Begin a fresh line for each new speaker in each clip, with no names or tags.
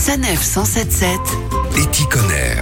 Sanef 177. Éticonner.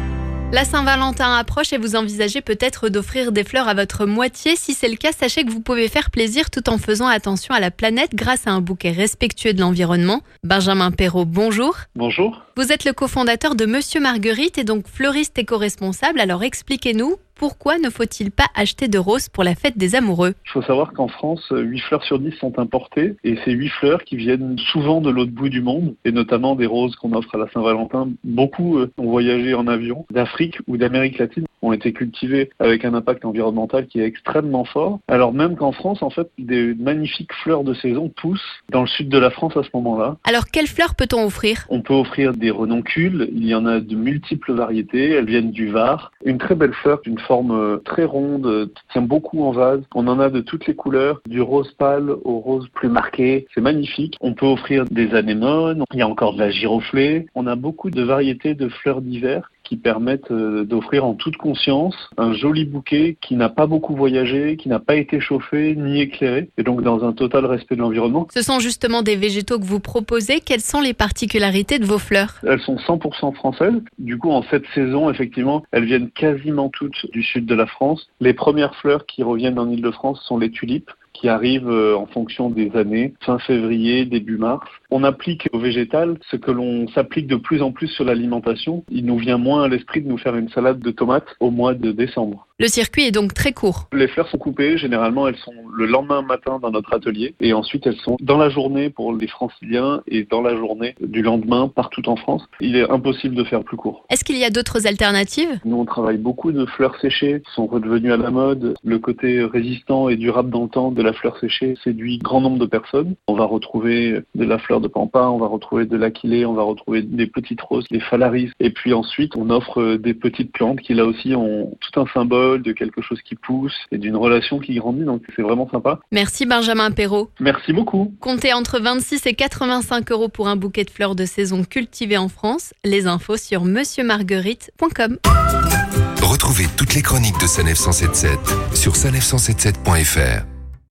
La Saint-Valentin approche et vous envisagez peut-être d'offrir des fleurs à votre moitié. Si c'est le cas, sachez que vous pouvez faire plaisir tout en faisant attention à la planète grâce à un bouquet respectueux de l'environnement. Benjamin Perrault, bonjour.
Bonjour.
Vous êtes le cofondateur de Monsieur Marguerite et donc fleuriste éco-responsable. Alors expliquez-nous, pourquoi ne faut-il pas acheter de roses pour la fête des amoureux ?
Il faut savoir qu'en France, 8 fleurs sur 10 sont importées et c'est 8 fleurs qui viennent souvent de l'autre bout du monde et notamment des roses qu'on offre à la Saint-Valentin. Beaucoup ont voyagé en avion d'Afrique ou d'Amérique latine, ont été cultivées avec un impact environnemental qui est extrêmement fort. Alors même qu'en France, en fait, des magnifiques fleurs de saison poussent dans le sud de la France à ce moment-là.
Alors quelles fleurs peut-on offrir ?
On peut offrir des renoncules, il y en a de multiples variétés, elles viennent du Var. Une très belle fleur d'une forme très ronde, qui tient beaucoup en vase. On en a de toutes les couleurs, du rose pâle au rose plus marqué, c'est magnifique. On peut offrir des anémones, il y a encore de la giroflée. On a beaucoup de variétés de fleurs d'hiver qui permettent d'offrir en toute conscience un joli bouquet qui n'a pas beaucoup voyagé, qui n'a pas été chauffé ni éclairé, et donc dans un total respect de l'environnement.
Ce sont justement des végétaux que vous proposez. Quelles sont les particularités de vos fleurs ?
Elles sont 100% françaises. Du coup, en cette saison, effectivement, elles viennent quasiment toutes du sud de la France. Les premières fleurs qui reviennent en Île-de-France sont les tulipes, qui arrivent en fonction des années, fin février, début mars. On applique au végétal ce que l'on s'applique de plus en plus sur l'alimentation. Il nous vient moins à l'esprit de nous faire une salade de tomates au mois de décembre.
Le circuit est donc très court.
Les fleurs sont coupées, généralement elles sont le lendemain matin dans notre atelier et ensuite elles sont dans la journée pour les franciliens et dans la journée du lendemain partout en France. Il est impossible de faire plus court.
Est-ce qu'il y a d'autres alternatives ?
Nous on travaille beaucoup de fleurs séchées qui sont redevenues à la mode. Le côté résistant et durable dans le temps de la fleur séchée séduit grand nombre de personnes. On va retrouver de la fleur de pampa, on va retrouver de l'aquilée, on va retrouver des petites roses, des phalaris. Et puis ensuite on offre des petites plantes qui là aussi ont tout un symbole de quelque chose qui pousse et d'une relation qui grandit, donc c'est vraiment sympa.
Merci Benjamin Perrault.
Merci beaucoup.
Comptez entre 26 et 85 € pour un bouquet de fleurs de saison cultivées en France. Les infos sur monsieurmarguerite.com.
Retrouvez toutes les chroniques de Sanef 177 sur sanef177.fr.